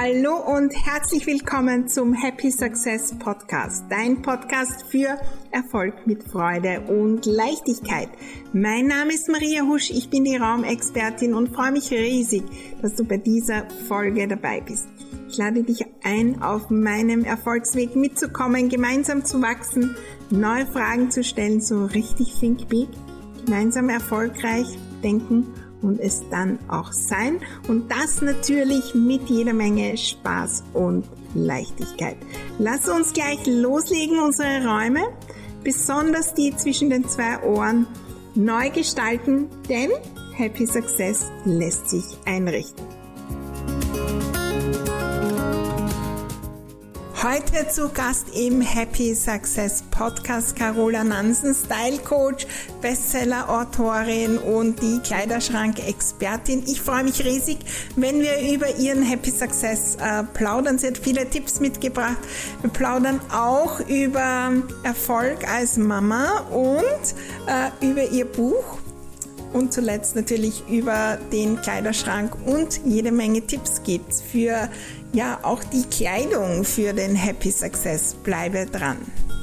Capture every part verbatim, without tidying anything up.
Hallo und herzlich willkommen zum Happy Success Podcast, dein Podcast für Erfolg mit Freude und Leichtigkeit. Mein Name ist Maria Husch, ich bin die Raumexpertin und freue mich riesig, dass du bei dieser Folge dabei bist. Ich lade dich ein, auf meinem Erfolgsweg mitzukommen, gemeinsam zu wachsen, neue Fragen zu stellen, so richtig think big, gemeinsam erfolgreich denken und es dann auch sein. Und das natürlich mit jeder Menge Spaß und Leichtigkeit. Lass uns gleich loslegen, unsere Räume, besonders die zwischen den zwei Ohren, neu gestalten, denn Happy Success lässt sich einrichten. Heute zu Gast im Happy Success Podcast Carola Nansen, Style Coach, Bestseller-Autorin und die Kleiderschrank-Expertin. Ich freue mich riesig, wenn wir über ihren Happy Success äh, plaudern. Sie hat viele Tipps mitgebracht. Wir plaudern auch über Erfolg als Mama und äh, über ihr Buch. Und zuletzt natürlich über den Kleiderschrank und jede Menge Tipps gibt's für ja auch die Kleidung für den Happy Success. Bleibe dran.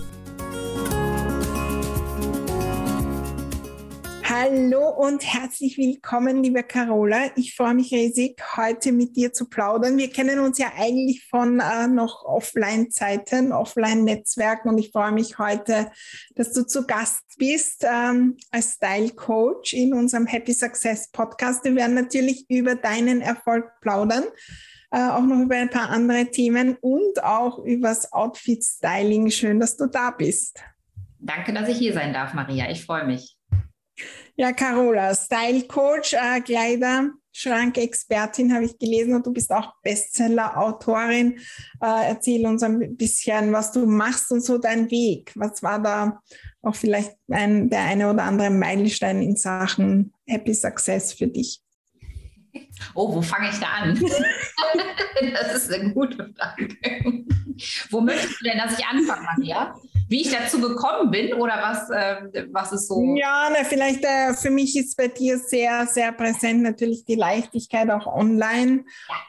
Hallo und herzlich willkommen, liebe Carola. Ich freue mich riesig, heute mit dir zu plaudern. Wir kennen uns ja eigentlich von äh, noch Offline-Zeiten, Offline-Netzwerken und ich freue mich heute, dass du zu Gast bist ähm, als Style-Coach in unserem Happy Success Podcast. Wir werden natürlich über deinen Erfolg plaudern, äh, auch noch über ein paar andere Themen und auch übers Outfit-Styling. Schön, dass du da bist. Danke, dass ich hier sein darf, Maria. Ich freue mich. Ja, Carola, Style Coach, äh, Kleiderschrank-Expertin habe ich gelesen und du bist auch Bestseller-Autorin. Äh, erzähl uns ein bisschen, was du machst und so dein Weg. Was war da auch vielleicht ein, der eine oder andere Meilenstein in Sachen Happy Success für dich? Oh, wo fange ich da an? Das ist eine gute Frage. Wo möchtest du denn, dass ich anfange, Maria? Wie ich dazu gekommen bin oder was, äh, was ist so? Ja, na, vielleicht äh, für mich ist bei dir sehr, sehr präsent natürlich die Leichtigkeit auch online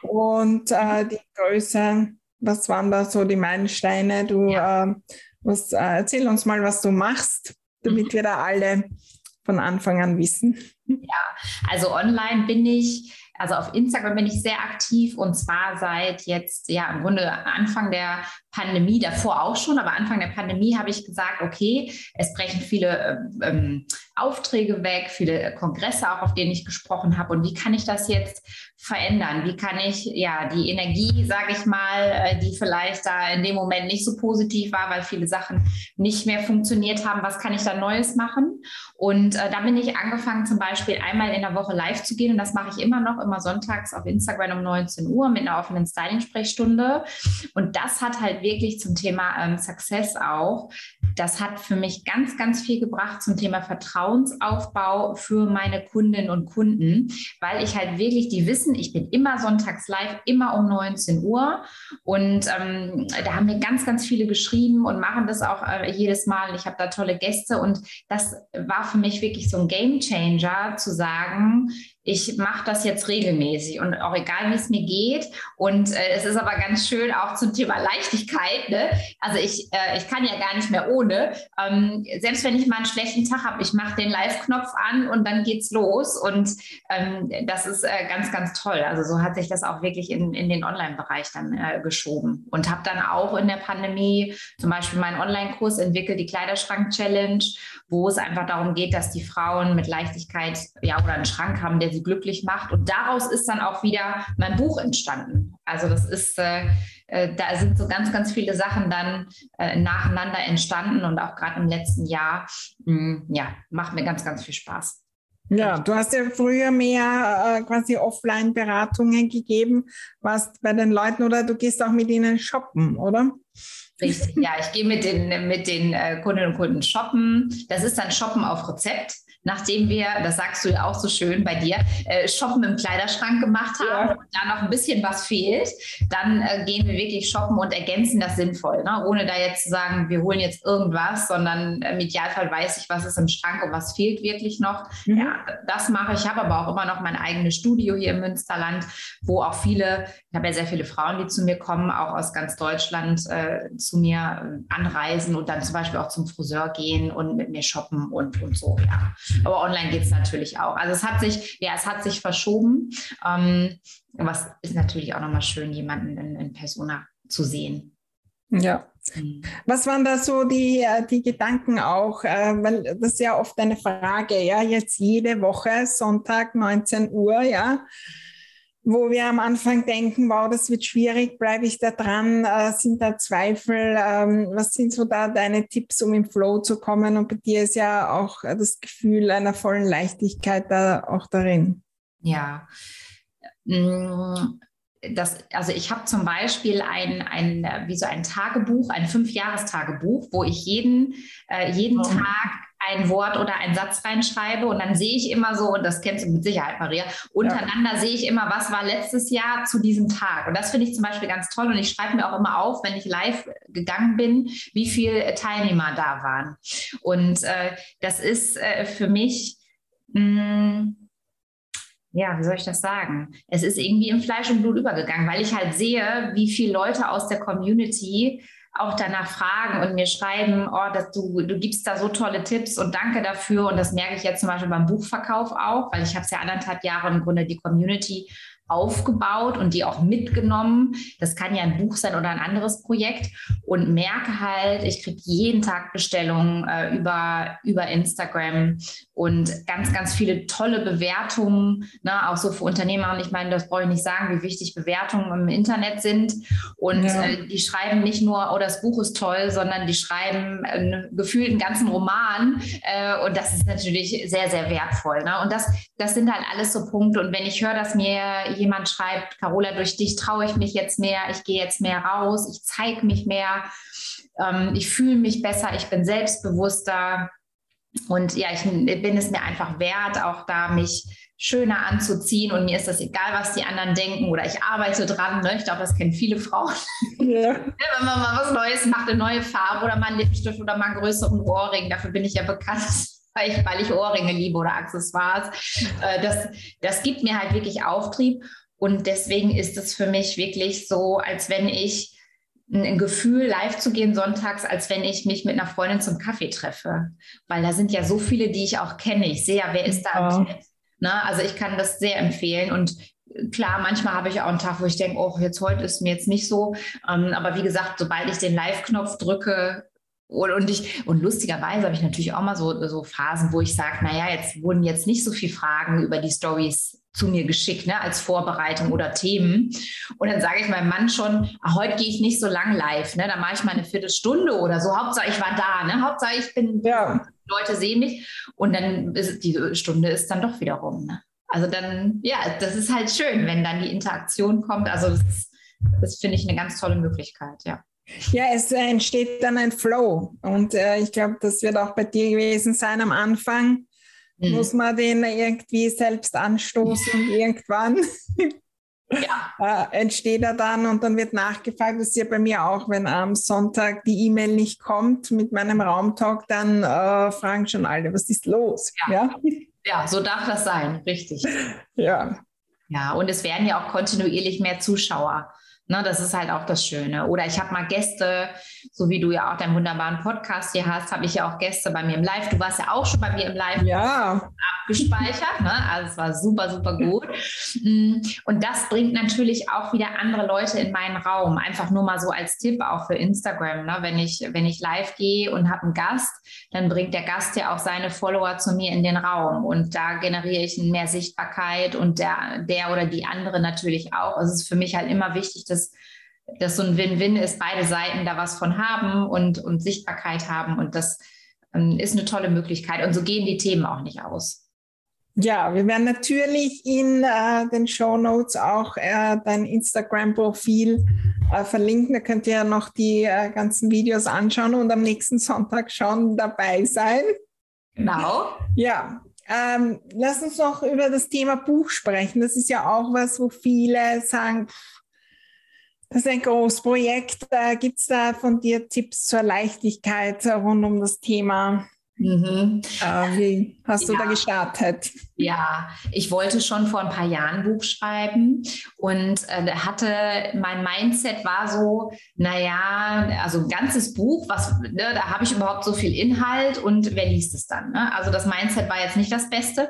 und äh, die Größe. Was waren da so die Meilensteine? Du, ja. äh, was, äh, erzähl uns mal, was du machst, damit mhm. wir da alle von Anfang an wissen. Ja, also online bin ich, also auf Instagram bin ich sehr aktiv und zwar seit jetzt, ja, im Grunde Anfang der Pandemie, davor auch schon, aber Anfang der Pandemie habe ich gesagt, okay, es brechen viele ähm, Aufträge weg, viele Kongresse auch, auf denen ich gesprochen habe und wie kann ich das jetzt verändern? Wie kann ich ja die Energie, sage ich mal, die vielleicht da in dem Moment nicht so positiv war, weil viele Sachen nicht mehr funktioniert haben, was kann ich da Neues machen? Und äh, da bin ich angefangen, zum Beispiel einmal in der Woche live zu gehen und das mache ich immer noch, immer sonntags auf Instagram um neunzehn Uhr mit einer offenen Styling-Sprechstunde und das hat halt wirklich zum Thema ähm, Success auch, das hat für mich ganz, ganz viel gebracht zum Thema Vertrauensaufbau für meine Kundinnen und Kunden, weil ich halt wirklich, die wissen, ich bin immer sonntags live, immer um neunzehn Uhr und ähm, da haben mir ganz, ganz viele geschrieben und machen das auch äh, jedes Mal. Ich habe da tolle Gäste und das war für mich wirklich so ein Gamechanger zu sagen, ich mache das jetzt regelmäßig und auch egal, wie es mir geht. Und äh, es ist aber ganz schön auch zum Thema Leichtigkeit. Ne? Also ich, äh, ich kann ja gar nicht mehr ohne. Ähm, selbst wenn ich mal einen schlechten Tag habe, ich mache den Live-Knopf an und dann geht's los. Und ähm, das ist äh, ganz, ganz toll. Also so hat sich das auch wirklich in, in den Online-Bereich dann äh, geschoben. Und habe dann auch in der Pandemie zum Beispiel meinen Online-Kurs entwickelt, die Kleiderschrank-Challenge, wo es einfach darum geht, dass die Frauen mit Leichtigkeit ja oder einen Schrank haben, der sie glücklich macht. Und daraus ist dann auch wieder mein Buch entstanden. Also das ist, äh, äh, da sind so ganz, ganz viele Sachen dann äh, nacheinander entstanden und auch gerade im letzten Jahr, mh, ja, macht mir ganz, ganz viel Spaß. Ja, du hast ja früher mehr äh, quasi Offline-Beratungen gegeben, warst bei den Leuten oder du gehst auch mit ihnen shoppen, oder? Richtig, ja, ich gehe mit den, mit den äh, Kundinnen und Kunden shoppen. Das ist dann Shoppen auf Rezept. nachdem wir, das sagst du ja auch so schön bei dir, äh, Shoppen im Kleiderschrank gemacht haben, ja, und da noch ein bisschen was fehlt, dann äh, gehen wir wirklich shoppen und ergänzen das sinnvoll, ne? Ohne da jetzt zu sagen, wir holen jetzt irgendwas, sondern im Idealfall weiß ich, was ist im Schrank und was fehlt wirklich noch. Mhm. Ja, das mache ich. Ich habe aber auch immer noch mein eigenes Studio hier im Münsterland, wo auch viele, ich habe ja sehr viele Frauen, die zu mir kommen, auch aus ganz Deutschland äh, zu mir äh, anreisen und dann zum Beispiel auch zum Friseur gehen und mit mir shoppen und, und so, ja. Aber online geht es natürlich auch. Also es hat sich, ja, es hat sich verschoben. Ähm, was ist natürlich auch nochmal schön, jemanden in, in Persona zu sehen. Ja. Mhm. Was waren da so die, die Gedanken auch? Äh, weil das ist ja oft eine Frage, ja, jetzt jede Woche, Sonntag, neunzehn Uhr, ja, wo wir am Anfang denken, wow, das wird schwierig, bleibe ich da dran, äh, sind da Zweifel, ähm, was sind so da deine Tipps, um im Flow zu kommen? Und bei dir ist ja auch das Gefühl einer vollen Leichtigkeit da auch darin. Ja, das, also ich habe zum Beispiel ein, ein, wie so ein Tagebuch, ein Fünfjahrestagebuch, wo ich jeden, äh, jeden oh. Tag ein Wort oder einen Satz reinschreibe und dann sehe ich immer so, und das kennst du mit Sicherheit, Maria, untereinander ja. sehe ich immer, was war letztes Jahr zu diesem Tag. Und das finde ich zum Beispiel ganz toll und ich schreibe mir auch immer auf, wenn ich live gegangen bin, wie viele Teilnehmer da waren. Und äh, das ist äh, für mich, mh, ja, wie soll ich das sagen? Es ist irgendwie in Fleisch und Blut übergegangen, weil ich halt sehe, wie viele Leute aus der Community auch danach fragen und mir schreiben, oh, dass du, du gibst da so tolle Tipps und danke dafür. Und das merke ich jetzt zum Beispiel beim Buchverkauf auch, weil ich habe es ja anderthalb Jahre im Grunde die Community aufgebaut und die auch mitgenommen. Das kann ja ein Buch sein oder ein anderes Projekt und merke halt, ich kriege jeden Tag Bestellungen äh, über, über Instagram und ganz, ganz viele tolle Bewertungen, ne, auch so für Unternehmer. Und ich meine, das brauche ich nicht sagen, wie wichtig Bewertungen im Internet sind. Und ja. äh, die schreiben nicht nur, oh, das Buch ist toll, sondern die schreiben äh, gefühlt einen ganzen Roman. Äh, und das ist natürlich sehr, sehr wertvoll. Ne? Und das, das sind halt alles so Punkte. Und wenn ich höre, dass mir jemand schreibt, Carola, durch dich traue ich mich jetzt mehr, ich gehe jetzt mehr raus, ich zeige mich mehr, ähm, ich fühle mich besser, ich bin selbstbewusster und ja, ich bin es mir einfach wert, auch da mich schöner anzuziehen und mir ist das egal, was die anderen denken oder ich arbeite dran, ne? Ich glaube, das kennen viele Frauen. Ja. Wenn man mal was Neues macht, eine neue Farbe oder mal einen Lippenstift oder mal einen größeren Ohrring, dafür bin ich ja bekannt. Weil ich, weil ich Ohrringe liebe oder Accessoires. Das, das gibt mir halt wirklich Auftrieb und deswegen ist es für mich wirklich so, als wenn ich ein Gefühl, live zu gehen sonntags, als wenn ich mich mit einer Freundin zum Kaffee treffe. Weil da sind ja so viele, die ich auch kenne. Ich sehe ja, wer ist da im Chat. Ne? Also ich kann das sehr empfehlen und klar, manchmal habe ich auch einen Tag, wo ich denke, oh, jetzt heute ist mir jetzt nicht so. Aber wie gesagt, sobald ich den Live-Knopf drücke, Und, und, ich, und lustigerweise habe ich natürlich auch mal so, so Phasen, wo ich sage, naja, jetzt wurden jetzt nicht so viele Fragen über die Stories zu mir geschickt, ne, als Vorbereitung oder Themen. Und dann sage ich meinem Mann schon, ach, heute gehe ich nicht so lang live, ne, dann mache ich mal eine Viertelstunde oder so. Hauptsache ich war da, ne, Hauptsache ich bin, ja. Leute sehen mich. Und dann ist die Stunde ist dann doch wieder rum. Ne? Also dann, ja, das ist halt schön, wenn dann die Interaktion kommt. Also das, das finde ich eine ganz tolle Möglichkeit, ja. Ja, es äh, entsteht dann ein Flow und äh, ich glaube, das wird auch bei dir gewesen sein am Anfang, mhm. muss man den irgendwie selbst anstoßen und irgendwann ja. äh, entsteht er dann und dann wird nachgefragt. Das ist ja bei mir auch, wenn am Sonntag die E-Mail nicht kommt mit meinem Raumtalk, dann äh, fragen schon alle, was ist los? Ja. Ja? Ja, so darf das sein, richtig. Ja. Ja, und es werden ja auch kontinuierlich mehr Zuschauer. Ne, das ist halt auch das Schöne. Oder ich habe mal Gäste, so wie du ja auch deinen wunderbaren Podcast hier hast, habe ich ja auch Gäste bei mir im Live. Du warst ja auch schon bei mir im Live ja. abgespeichert. Ne? Also es war super, super gut. Und das bringt natürlich auch wieder andere Leute in meinen Raum. Einfach nur mal so als Tipp auch für Instagram. Ne? Wenn ich, wenn ich live gehe und habe einen Gast, dann bringt der Gast ja auch seine Follower zu mir in den Raum. Und da generiere ich mehr Sichtbarkeit und der, der oder die andere natürlich auch. Es ist für mich halt immer wichtig, dass Dass, dass so ein Win-Win ist, beide Seiten da was von haben und, und Sichtbarkeit haben. Und das ähm, ist eine tolle Möglichkeit. Und so gehen die Themen auch nicht aus. Ja, wir werden natürlich in äh, den Shownotes auch äh, dein Instagram-Profil äh, verlinken. Da könnt ihr ja noch die äh, ganzen Videos anschauen und am nächsten Sonntag schon dabei sein. Genau. Ja. ähm, lass uns noch über das Thema Buch sprechen. Das ist ja auch was, wo viele sagen, das ist ein großes Projekt. Äh, Gibt es da von dir Tipps zur Leichtigkeit rund um das Thema? Mhm. Äh, wie hast du ja. da gestartet? Ja, ich wollte schon vor ein paar Jahren ein Buch schreiben und äh, hatte, mein Mindset war so, naja, also ein ganzes Buch, was, ne, da habe ich überhaupt so viel Inhalt und wer liest es dann? Ne? Also das Mindset war jetzt nicht das Beste.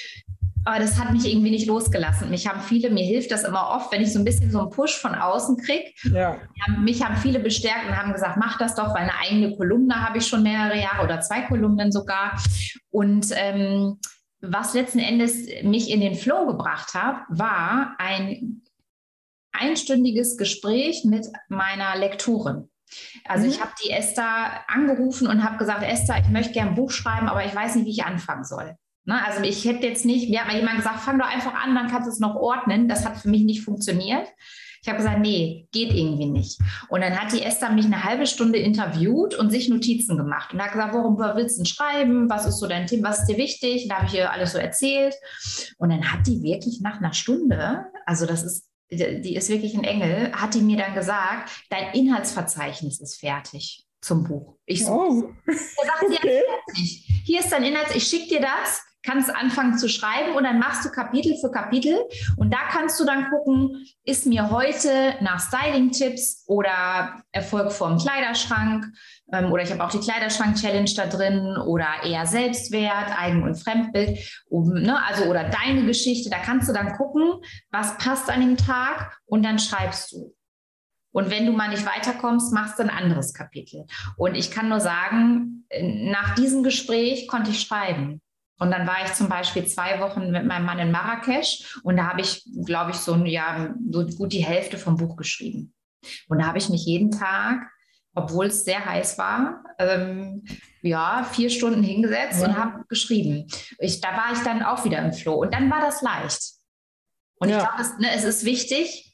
Aber das hat mich irgendwie nicht losgelassen. Mich haben viele, mir hilft das immer oft, wenn ich so ein bisschen so einen Push von außen kriege. Ja. Mich haben viele bestärkt und haben gesagt, mach das doch, weil eine eigene Kolumne habe ich schon mehrere Jahre oder zwei Kolumnen sogar. Und ähm, was letzten Endes mich in den Flow gebracht hat, war ein einstündiges Gespräch mit meiner Lektorin. Also mhm. ich habe die Esther angerufen und habe gesagt, Esther, ich möchte gerne ein Buch schreiben, aber ich weiß nicht, wie ich anfangen soll. Ne, also ich hätte jetzt nicht, mir hat mal jemand gesagt, fang doch einfach an, dann kannst du es noch ordnen. Das hat für mich nicht funktioniert. Ich habe gesagt, nee, geht irgendwie nicht. Und dann hat die Esther mich eine halbe Stunde interviewt und sich Notizen gemacht. Und hat gesagt, worum willst du denn schreiben? Was ist so dein Thema? Was ist dir wichtig? Und da habe ich ihr alles so erzählt. Und dann hat die wirklich nach einer Stunde, also das ist, die ist wirklich ein Engel, hat die mir dann gesagt, dein Inhaltsverzeichnis ist fertig zum Buch. Ich so, oh. Da sagt sie, okay. Ja, fertig. Hier ist dein Inhalt, ich schicke dir das. Kannst anfangen zu schreiben und dann machst du Kapitel für Kapitel und da kannst du dann gucken, ist mir heute nach Styling-Tipps oder Erfolg vorm Kleiderschrank ähm, oder ich habe auch die Kleiderschrank-Challenge da drin oder eher Selbstwert, Eigen- und Fremdbild, um, ne, also oder deine Geschichte, da kannst du dann gucken, was passt an dem Tag und dann schreibst du. Und wenn du mal nicht weiterkommst, machst du ein anderes Kapitel. Und ich kann nur sagen, nach diesem Gespräch konnte ich schreiben. Und dann war ich zum Beispiel zwei Wochen mit meinem Mann in Marrakesch und da habe ich, glaube ich, so ein Jahr so gut die Hälfte vom Buch geschrieben. Und da habe ich mich jeden Tag, obwohl es sehr heiß war, ähm, ja, vier Stunden hingesetzt ja. und habe geschrieben. Ich, da war ich dann auch wieder im Flow und dann war das leicht. Und ja. ich glaube, ne, es ist wichtig,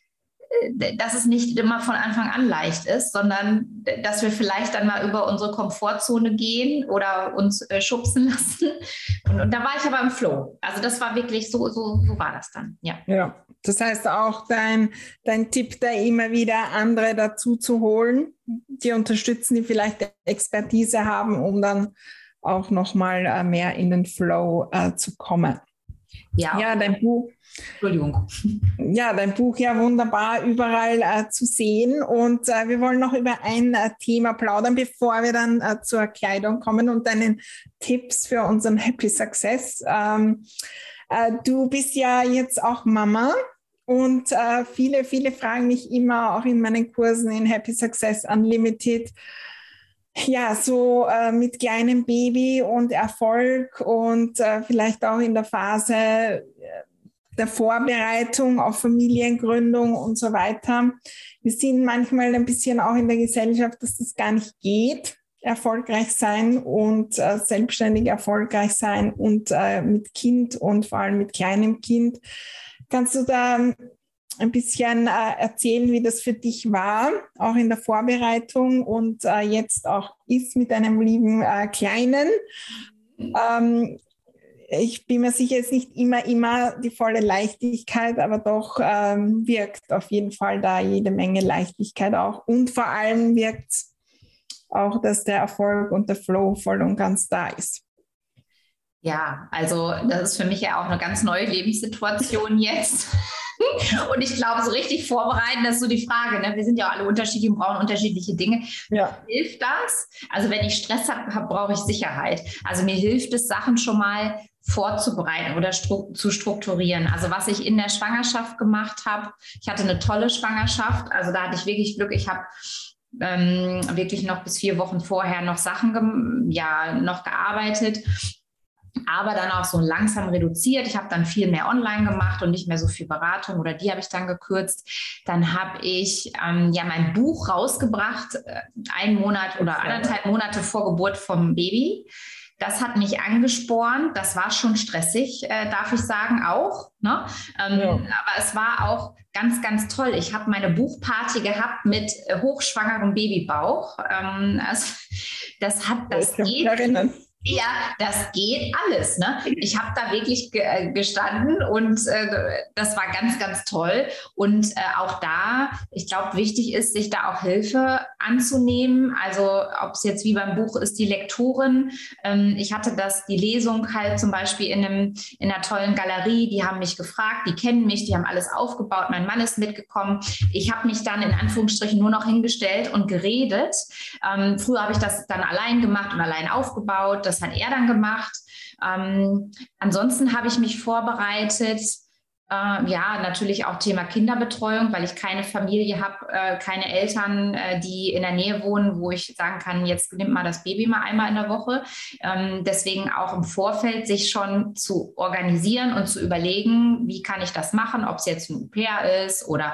dass es nicht immer von Anfang an leicht ist, sondern dass wir vielleicht dann mal über unsere Komfortzone gehen oder uns äh, schubsen lassen. Und, und da war ich aber im Flow. Also das war wirklich so, so, so war das dann. Ja. Ja, das heißt auch dein, dein Tipp, da immer wieder andere dazu zu holen, die unterstützen, die vielleicht Expertise haben, um dann auch nochmal äh, mehr in den Flow äh, zu kommen. Ja, ja, dein Buch. Entschuldigung. Ja, dein Buch ja wunderbar überall äh, zu sehen. Und äh, wir wollen noch über ein äh, Thema plaudern, bevor wir dann äh, zur Kleidung kommen und deinen Tipps für unseren Happy Success. Ähm, äh, du bist ja jetzt auch Mama und äh, viele, viele fragen mich immer, auch in meinen Kursen in Happy Success Unlimited, ja, so äh, mit kleinem Baby und Erfolg und äh, vielleicht auch in der Phase äh, der Vorbereitung auf Familiengründung und so weiter. Wir sind manchmal ein bisschen auch in der Gesellschaft, dass das gar nicht geht, erfolgreich sein und äh, selbstständig erfolgreich sein und äh, mit Kind und vor allem mit kleinem Kind. Kannst du da ein bisschen äh, erzählen, wie das für dich war, auch in der Vorbereitung und äh, jetzt auch ist mit einem lieben äh, Kleinen. Ähm, ich bin mir sicher, es ist nicht immer, immer die volle Leichtigkeit, aber doch ähm, wirkt auf jeden Fall da jede Menge Leichtigkeit auch. Und vor allem wirkt auch, dass der Erfolg und der Flow voll und ganz da ist. Ja, also das ist für mich ja auch eine ganz neue Lebenssituation jetzt. Und ich glaube, so richtig vorbereiten, das ist so die Frage. Ne? Wir sind ja alle unterschiedlich und brauchen unterschiedliche Dinge. Ja. Hilft das? Also wenn ich Stress habe, hab, brauche ich Sicherheit. Also mir hilft es, Sachen schon mal vorzubereiten oder stru- zu strukturieren. Also was ich in der Schwangerschaft gemacht habe, ich hatte eine tolle Schwangerschaft. Also da hatte ich wirklich Glück. Ich habe ähm, wirklich noch bis vier Wochen vorher noch Sachen, gem- ja, noch gearbeitet. Aber dann auch so langsam reduziert. Ich habe dann viel mehr online gemacht und nicht mehr so viel Beratung oder die habe ich dann gekürzt. Dann habe ich ähm, ja mein Buch rausgebracht, äh, einen Monat oder anderthalb Monate vor Geburt vom Baby. Das hat mich angespornt. Das war schon stressig, äh, darf ich sagen, auch. Ne? Ähm, ja. Aber es war auch ganz, ganz toll. Ich habe meine Buchparty gehabt mit äh, hochschwangerem Babybauch. Ähm, also, das hat, das ich geht. Erinnern. Ja, das geht alles. Ne? Ich habe da wirklich ge- gestanden und äh, das war ganz, ganz toll. Und äh, auch da, ich glaube, wichtig ist, sich da auch Hilfe anzunehmen. Also ob es jetzt wie beim Buch ist, die Lektorin. Ähm, ich hatte das, die Lesung halt zum Beispiel in, einem, in einer tollen Galerie. Die haben mich gefragt, die kennen mich, die haben alles aufgebaut. Mein Mann ist mitgekommen. Ich habe mich dann in Anführungsstrichen nur noch hingestellt und geredet. Ähm, früher habe ich das dann allein gemacht und allein aufgebaut. Das hat er dann gemacht. Ähm, ansonsten habe ich mich vorbereitet, äh, ja, natürlich auch Thema Kinderbetreuung, weil ich keine Familie habe, äh, keine Eltern, äh, die in der Nähe wohnen, wo ich sagen kann, jetzt nimmt mal das Baby mal einmal in der Woche. Ähm, deswegen auch im Vorfeld sich schon zu organisieren und zu überlegen, wie kann ich das machen, ob es jetzt ein Au-pair ist oder,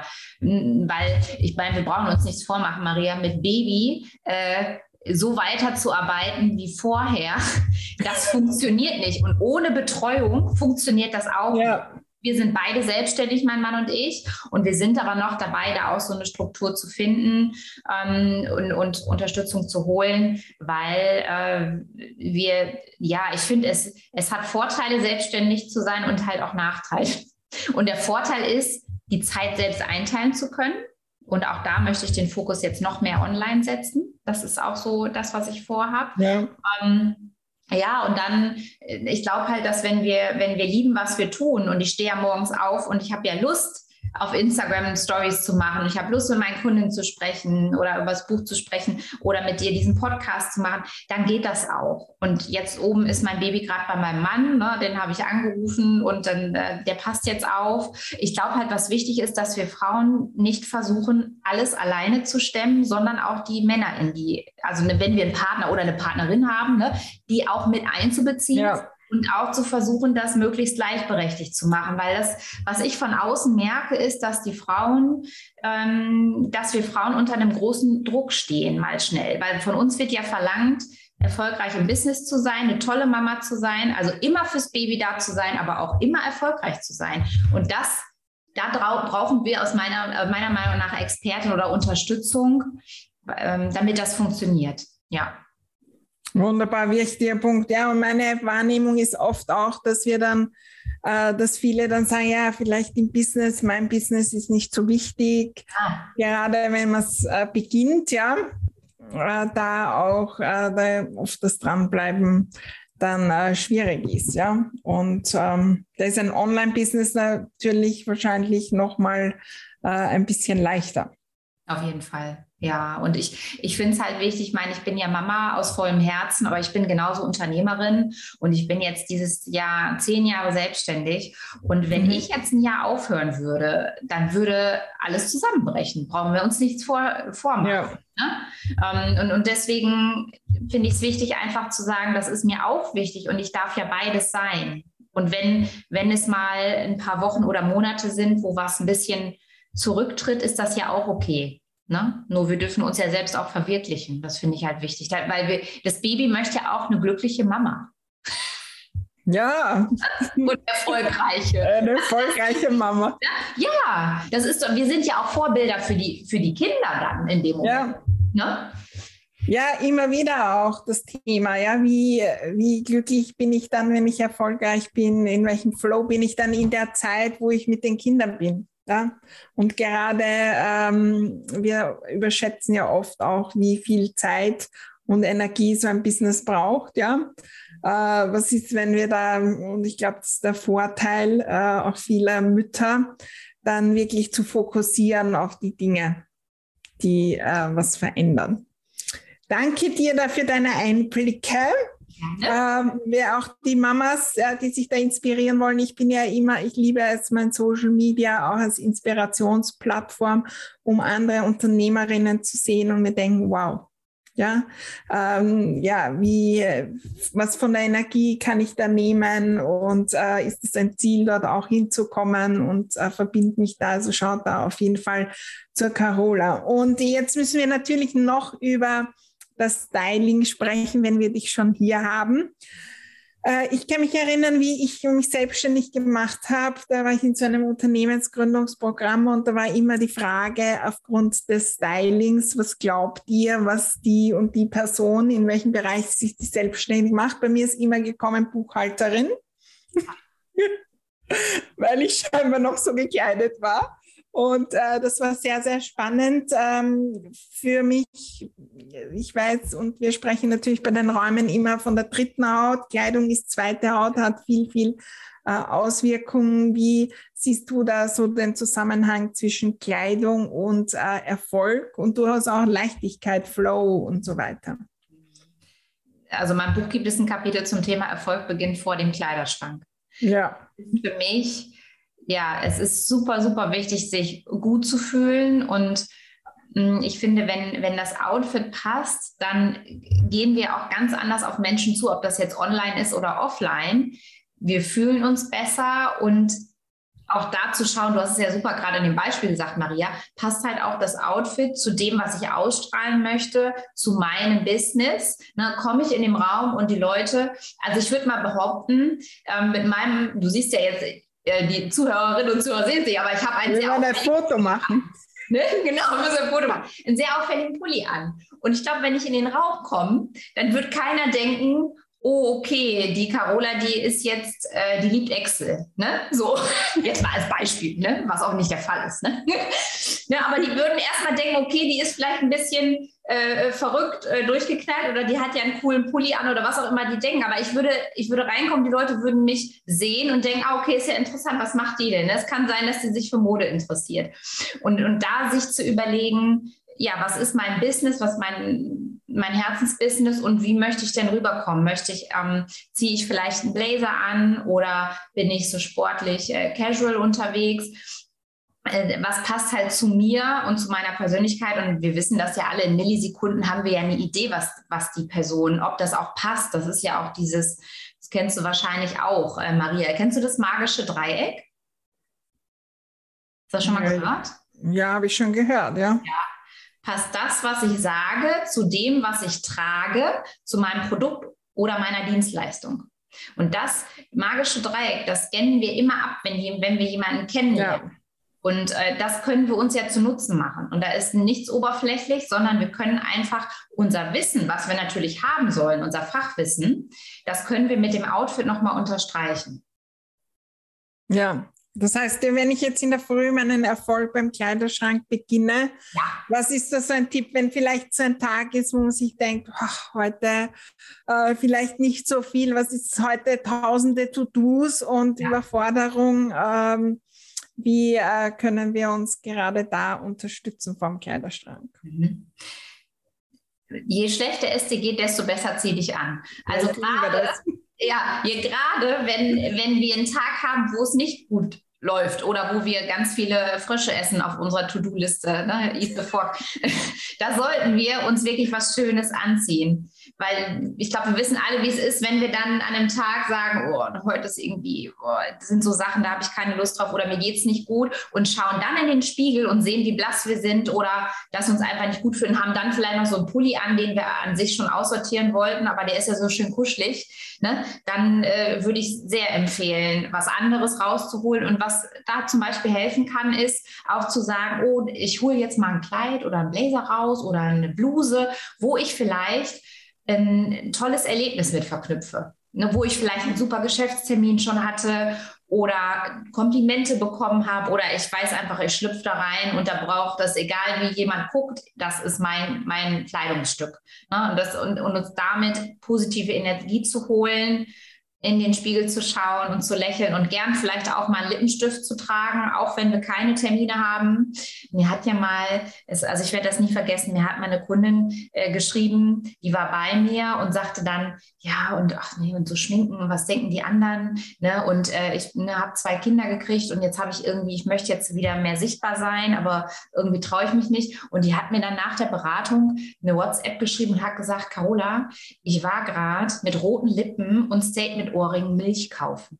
weil ich meine, wir brauchen uns nichts vormachen, Maria, mit Baby, äh, so weiterzuarbeiten wie vorher, das funktioniert nicht. Und ohne Betreuung funktioniert das auch ja. nicht. Wir sind beide selbstständig, mein Mann und ich, und wir sind aber noch dabei, da auch so eine Struktur zu finden ähm, und, und Unterstützung zu holen, weil äh, wir, ja, ich finde, es, es hat Vorteile, selbstständig zu sein und halt auch Nachteile. Und der Vorteil ist, die Zeit selbst einteilen zu können. Und auch da möchte ich den Fokus jetzt noch mehr online setzen. Das ist auch so das, was ich vorhabe. Ja. Ähm, ja, und dann, ich glaube halt, dass wenn wir, wenn wir lieben, was wir tun, und ich stehe ja morgens auf und ich habe ja Lust, auf Instagram Stories zu machen. Ich habe Lust, mit meinen Kunden zu sprechen oder über das Buch zu sprechen oder mit dir diesen Podcast zu machen, dann geht das auch. Und jetzt oben ist mein Baby gerade bei meinem Mann, ne? Den habe ich angerufen und dann, äh, der passt jetzt auf. Ich glaube halt, was wichtig ist, dass wir Frauen nicht versuchen, alles alleine zu stemmen, sondern auch die Männer in die, also ne, wenn wir einen Partner oder eine Partnerin haben, ne, die auch mit einzubeziehen. Ja. Und auch zu versuchen, das möglichst gleichberechtigt zu machen, weil das, was ich von außen merke, ist, dass die Frauen, ähm, dass wir Frauen unter einem großen Druck stehen, mal schnell, weil von uns wird ja verlangt, erfolgreich im Business zu sein, eine tolle Mama zu sein, also immer fürs Baby da zu sein, aber auch immer erfolgreich zu sein. Und das, da brauchen wir aus meiner, meiner Meinung nach Expertin oder Unterstützung, ähm, damit das funktioniert. Ja. Wunderbar, wichtiger Punkt. Ja, und meine Wahrnehmung ist oft auch, dass wir dann, äh, dass viele dann sagen, ja, vielleicht im Business, mein Business ist nicht so wichtig. Ah. Gerade wenn man es äh, beginnt, ja, äh, da auch äh, da auf das Dranbleiben dann äh, schwierig ist, ja. Und ähm, da ist ein Online-Business natürlich wahrscheinlich nochmal äh, ein bisschen leichter. Auf jeden Fall. Ja, und ich, ich finde es halt wichtig, ich meine, ich bin ja Mama aus vollem Herzen, aber ich bin genauso Unternehmerin und ich bin jetzt dieses Jahr zehn Jahre selbstständig. Und wenn mhm. ich jetzt ein Jahr aufhören würde, dann würde alles zusammenbrechen. Brauchen wir uns nichts vor, vormachen. Ja. Ne? Und, und deswegen finde ich es wichtig, einfach zu sagen, das ist mir auch wichtig und ich darf ja beides sein. Und wenn, wenn es mal ein paar Wochen oder Monate sind, wo was ein bisschen zurücktritt, ist das ja auch okay. Ne? Nur wir dürfen uns ja selbst auch verwirklichen. Das finde ich halt wichtig, weil wir, das Baby möchte ja auch eine glückliche Mama. Ja. Und erfolgreiche. Eine erfolgreiche Mama. Ja, ja, das ist doch, wir sind ja auch Vorbilder für die, für die Kinder dann in dem Moment. Ja. Ne? Ja, immer wieder auch das Thema, ja, wie, wie glücklich bin ich dann, wenn ich erfolgreich bin, in welchem Flow bin ich dann in der Zeit, wo ich mit den Kindern bin. Ja, und gerade ähm, wir überschätzen ja oft auch, wie viel Zeit und Energie so ein Business braucht. Ja, äh, was ist, wenn wir da, und ich glaube, das ist der Vorteil äh, auch vieler Mütter, dann wirklich zu fokussieren auf die Dinge, die äh, was verändern. Danke dir dafür deine Einblicke. Ähm, wer auch die Mamas, äh, die sich da inspirieren wollen, ich bin ja immer, ich liebe es, mein Social Media auch als Inspirationsplattform, um andere Unternehmerinnen zu sehen und mir denken, wow, ja, ähm, ja, wie, was von der Energie kann ich da nehmen und äh, ist es ein Ziel, dort auch hinzukommen und äh, verbinde mich da, also schaut da auf jeden Fall zur Carola. Und jetzt müssen wir natürlich noch über das Styling sprechen, wenn wir dich schon hier haben. Ich kann mich erinnern, wie ich mich selbstständig gemacht habe. Da war ich in so einem Unternehmensgründungsprogramm und da war immer die Frage aufgrund des Stylings, was glaubt ihr, was die und die Person, in welchem Bereich sich die selbstständig macht? Bei mir ist immer gekommen Buchhalterin, weil ich scheinbar noch so gekleidet war. Und äh, das war sehr, sehr spannend ähm, für mich. Ich weiß, und wir sprechen natürlich bei den Räumen immer von der dritten Haut. Kleidung ist zweite Haut, hat viel, viel äh, Auswirkungen. Wie siehst du da so den Zusammenhang zwischen Kleidung und äh, Erfolg und durchaus auch Leichtigkeit, Flow und so weiter? Also in meinem Buch gibt es ein Kapitel zum Thema Erfolg beginnt vor dem Kleiderschrank. Ja. Für mich Ja, es ist super, super wichtig, sich gut zu fühlen. Und mh, ich finde, wenn, wenn das Outfit passt, dann gehen wir auch ganz anders auf Menschen zu, ob das jetzt online ist oder offline. Wir fühlen uns besser und auch da zu schauen, du hast es ja super gerade in dem Beispiel gesagt, Maria, passt halt auch das Outfit zu dem, was ich ausstrahlen möchte, zu meinem Business. Ne, komme ich in den Raum und die Leute, also ich würde mal behaupten, äh, mit meinem, du siehst ja jetzt, die Zuhörerinnen und Zuhörer sehen sich, aber ich habe ein wir sehr werden ein Foto machen. Ne? Genau, wir müssen ein Foto machen. Einen sehr auffälligen Pulli an. Und ich glaube, wenn ich in den Raum komme, dann wird keiner denken, oh, okay, die Carola, die ist jetzt, äh, die liebt Excel. Ne? So, jetzt mal als Beispiel, ne? Was auch nicht der Fall ist. Ne? Ja, aber die würden erstmal denken, okay, die ist vielleicht ein bisschen äh, verrückt, äh, durchgeknallt oder die hat ja einen coolen Pulli an oder was auch immer die denken. Aber ich würde, ich würde reinkommen, die Leute würden mich sehen und denken, ah, okay, ist ja interessant, was macht die denn? Es kann sein, dass sie sich für Mode interessiert. Und, und da sich zu überlegen, ja, was ist mein Business, was mein, mein Herzensbusiness und wie möchte ich denn rüberkommen? Möchte ich, ähm, ziehe ich vielleicht einen Blazer an oder bin ich so sportlich äh, casual unterwegs? Was passt halt zu mir und zu meiner Persönlichkeit? Und wir wissen das ja alle, in Millisekunden haben wir ja eine Idee, was, was die Person, ob das auch passt. Das ist ja auch dieses, das kennst du wahrscheinlich auch, äh, Maria. Kennst du das magische Dreieck? Hast du das schon mal Ja, gehört? ja, habe ich schon gehört, ja. Ja. Passt das, was ich sage, zu dem, was ich trage, zu meinem Produkt oder meiner Dienstleistung? Und das magische Dreieck, das scannen wir immer ab, wenn, wenn wir jemanden kennenlernen. Ja. Und äh, das können wir uns ja zu Nutzen machen. Und da ist nichts oberflächlich, sondern wir können einfach unser Wissen, was wir natürlich haben sollen, unser Fachwissen, das können wir mit dem Outfit nochmal unterstreichen. Ja, das heißt, wenn ich jetzt in der Früh meinen Erfolg beim Kleiderschrank beginne, ja. Was ist das so ein Tipp, wenn vielleicht so ein Tag ist, wo man sich denkt, ach, heute äh, vielleicht nicht so viel, was ist heute, tausende To-Dos und ja. Überforderung, ähm, wie äh, können wir uns gerade da unterstützen vom Kleiderschrank? Mhm. Je schlechter es dir geht, desto besser zieh dich an. Also gerade, ja, je gerade, wenn, wenn wir einen Tag haben, wo es nicht gut läuft oder wo wir ganz viele Frösche essen auf unserer To-Do-Liste, ne, Eat the Frog, da sollten wir uns wirklich was Schönes anziehen. Weil ich glaube, wir wissen alle, wie es ist, wenn wir dann an einem Tag sagen, oh, heute ist irgendwie, oh, das sind so Sachen, da habe ich keine Lust drauf oder mir geht es nicht gut und schauen dann in den Spiegel und sehen, wie blass wir sind oder dass wir uns einfach nicht gut fühlen, haben dann vielleicht noch so einen Pulli an, den wir an sich schon aussortieren wollten, aber der ist ja so schön kuschelig, ne? Dann äh, würde ich sehr empfehlen, was anderes rauszuholen und was da zum Beispiel helfen kann, ist auch zu sagen, oh, ich hole jetzt mal ein Kleid oder einen Blazer raus oder eine Bluse, wo ich vielleicht ein tolles Erlebnis mit verknüpfe, ne, wo ich vielleicht einen super Geschäftstermin schon hatte oder Komplimente bekommen habe oder ich weiß einfach, ich schlüpfe da rein und da braucht das, egal wie jemand guckt, das ist mein, mein Kleidungsstück. Ne, und, das, und, und uns damit positive Energie zu holen, in den Spiegel zu schauen und zu lächeln und gern vielleicht auch mal einen Lippenstift zu tragen, auch wenn wir keine Termine haben. Mir hat ja mal, also ich werde das nie vergessen, mir hat meine Kundin äh, geschrieben, die war bei mir und sagte dann, ja und ach nee, und so schminken, was denken die anderen? Ne? Und äh, ich ne, habe zwei Kinder gekriegt und jetzt habe ich irgendwie, ich möchte jetzt wieder mehr sichtbar sein, aber irgendwie traue ich mich nicht. Und die hat mir dann nach der Beratung eine WhatsApp geschrieben und hat gesagt, Carola, ich war gerade mit roten Lippen und Statement Ohrringen Milch kaufen.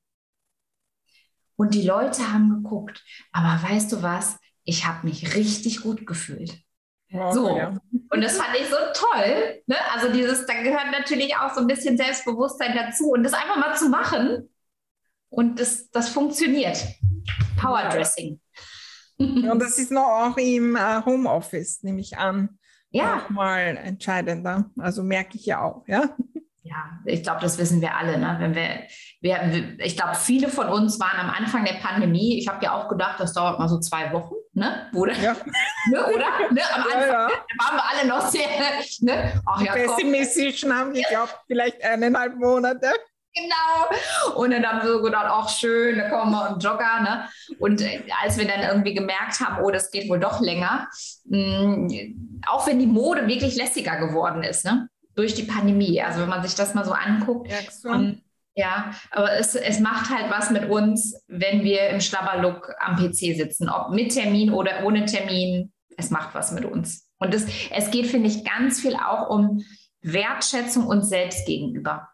Und die Leute haben geguckt, aber weißt du was, ich habe mich richtig gut gefühlt. Wow, so, ja. Und das fand ich so toll. Ne? Also dieses, da gehört natürlich auch so ein bisschen Selbstbewusstsein dazu und das einfach mal zu machen. Und das, das funktioniert. Powerdressing. Und das ist noch auch im äh, Homeoffice, nehme ich an, ja. auch mal entscheidender. Also merke ich ja auch, ja. Ja, ich glaube, das wissen wir alle. Ne? Wenn wir, wir, ich glaube, viele von uns waren am Anfang der Pandemie. Ich habe ja auch gedacht, das dauert mal so zwei Wochen, ne? Oder? Ja. Ne, oder? Ne? Am Anfang ja, ja. waren wir alle noch sehr, ne? Ach, ja, pessimistisch haben geglaubt, vielleicht eineinhalb Monate. Genau. Und dann haben wir so gedacht, auch schön, da kommen wir und Jogger. Ne? Und als wir dann irgendwie gemerkt haben, oh, das geht wohl doch länger, mh, auch wenn die Mode wirklich lässiger geworden ist, ne? Durch die Pandemie. Also wenn man sich das mal so anguckt. Ja, so. ähm, ja aber es, es macht halt was mit uns, wenn wir im Schlabberlook am P C sitzen, ob mit Termin oder ohne Termin. Es macht was mit uns. Und es, es geht, finde ich, ganz viel auch um Wertschätzung uns selbst gegenüber.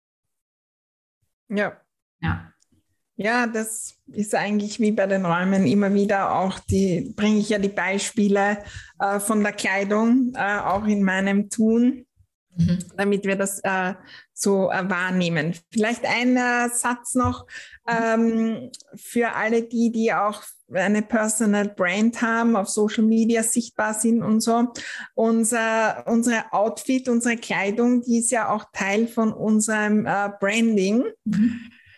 Ja. Ja. Ja, das ist eigentlich wie bei den Räumen immer wieder auch die, bringe ich ja die Beispiele äh, von der Kleidung äh, auch in meinem Tun, mhm. damit wir das äh, so äh, wahrnehmen. Vielleicht ein äh, Satz noch ähm, für alle die, die auch eine Personal Brand haben, auf Social Media sichtbar sind und so. Unser, unsere Outfit, unsere Kleidung, die ist ja auch Teil von unserem äh, Branding. Mhm.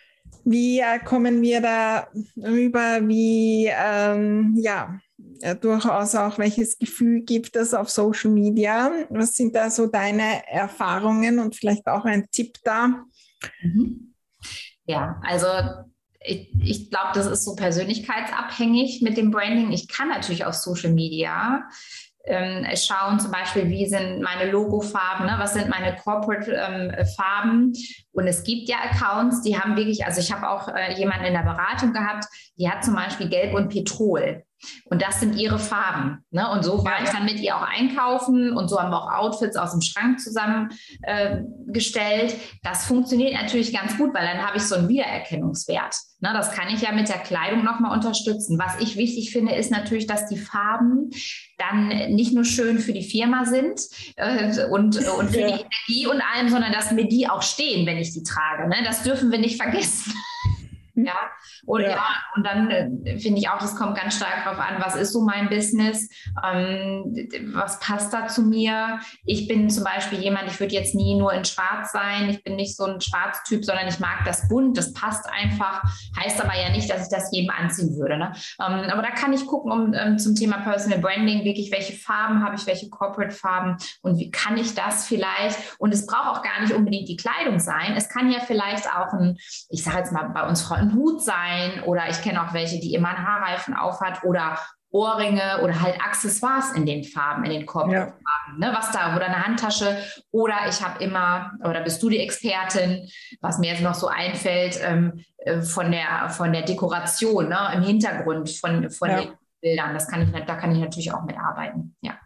Wie äh, kommen wir da rüber? Wie, ähm, ja, äh, durchaus auch, welches Gefühl gibt es auf Social Media? Was sind da so deine Erfahrungen und vielleicht auch ein Tipp da? Mhm. Ja, also ich, ich glaube, das ist so persönlichkeitsabhängig mit dem Branding. Ich kann natürlich auf Social Media ähm, schauen, zum Beispiel, wie sind meine Logofarben, ne? Was sind meine Corporate-Farben? Ähm, und es gibt ja Accounts, die haben wirklich, also ich habe auch äh, jemanden in der Beratung gehabt, die hat zum Beispiel Gelb und Petrol. Und das sind ihre Farben. Ne? Und so war ich dann mit ihr auch einkaufen und so haben wir auch Outfits aus dem Schrank zusammengestellt. Äh, das funktioniert natürlich ganz gut, weil dann habe ich so einen Wiedererkennungswert. Ne? Das kann ich ja mit der Kleidung nochmal unterstützen. Was ich wichtig finde, ist natürlich, dass die Farben dann nicht nur schön für die Firma sind äh, und, und für ja. die Energie und allem, sondern dass mir die auch stehen, wenn ich die trage. Ne? Das dürfen wir nicht vergessen. Ja, und ja. ja, und dann äh, finde ich auch, das kommt ganz stark darauf an, was ist so mein Business, ähm, was passt da zu mir. Ich bin zum Beispiel jemand, ich würde jetzt nie nur in Schwarz sein, ich bin nicht so ein Schwarztyp, sondern ich mag das bunt, das passt einfach, heißt aber ja nicht, dass ich das jedem anziehen würde. Ne? Ähm, aber da kann ich gucken, um ähm, zum Thema Personal Branding, wirklich, welche Farben habe ich, welche Corporate-Farben und wie kann ich das vielleicht, und es braucht auch gar nicht unbedingt die Kleidung sein, es kann ja vielleicht auch ein, ich sage jetzt mal bei uns Frauen, ein Hut sein oder ich kenne auch welche, die immer einen Haarreifen aufhat oder Ohrringe oder halt Accessoires in den Farben, in den Corporate-Farben, ja. ne, was da, oder eine Handtasche oder ich habe immer, oder bist du die Expertin, was mir jetzt noch so einfällt, ähm, von der, von der Dekoration, ne, im Hintergrund von, von ja. den Bildern, das kann ich, da kann ich natürlich auch mitarbeiten, ja.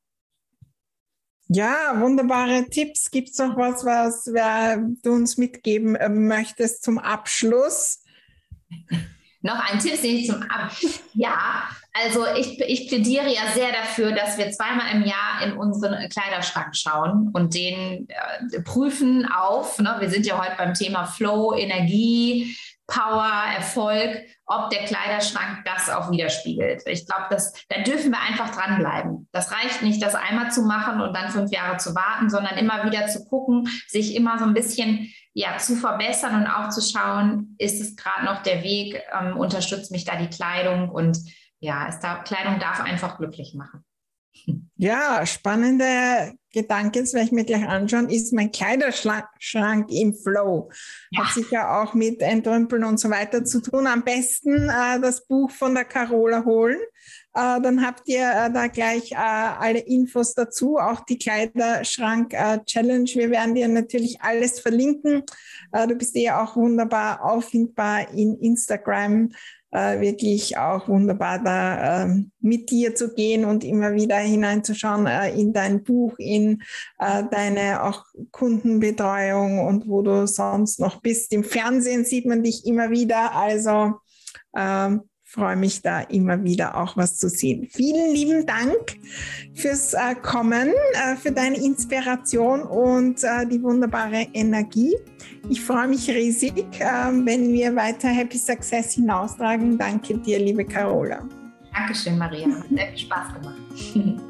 Ja, wunderbare Tipps. Gibt es noch was, was wer, du uns mitgeben möchtest zum Abschluss? Noch ein Tipp sehe ich zum Abschluss. Ja, also ich, ich plädiere ja sehr dafür, dass wir zweimal im Jahr in unseren Kleiderschrank schauen und den äh, prüfen auf. Ne? Wir sind ja heute beim Thema Flow, Energie, Power, Erfolg, ob der Kleiderschrank das auch widerspiegelt. Ich glaube, da dürfen wir einfach dranbleiben. Das reicht nicht, das einmal zu machen und dann fünf Jahre zu warten, sondern immer wieder zu gucken, sich immer so ein bisschen ja, zu verbessern und auch zu schauen, ist es gerade noch der Weg, ähm, unterstützt mich da die Kleidung und ja, es darf, Kleidung darf einfach glücklich machen. Ja, spannende Gedanke, das werde ich mir gleich anschauen, ist mein Kleiderschrank im Flow. Ja. Hat sicher auch mit Entrümpeln und so weiter zu tun. Am besten äh, das Buch von der Carola holen. Äh, dann habt ihr äh, da gleich äh, alle Infos dazu, auch die Kleiderschrank-Challenge. Äh, Wir werden dir natürlich alles verlinken. Äh, du bist eh auch wunderbar auffindbar in Instagram. Äh, wirklich auch wunderbar da äh, mit dir zu gehen und immer wieder hineinzuschauen äh, in dein Buch, in äh, deine auch Kundenbetreuung und wo du sonst noch bist. Im Fernsehen sieht man dich immer wieder, also ähm, freue mich da immer wieder auch was zu sehen. Vielen lieben Dank fürs äh, Kommen, äh, für deine Inspiration und äh, die wunderbare Energie. Ich freue mich riesig, äh, wenn wir weiter Happy Success hinaustragen. Danke dir, liebe Carola. Dankeschön, Maria. Hat sehr viel Spaß gemacht.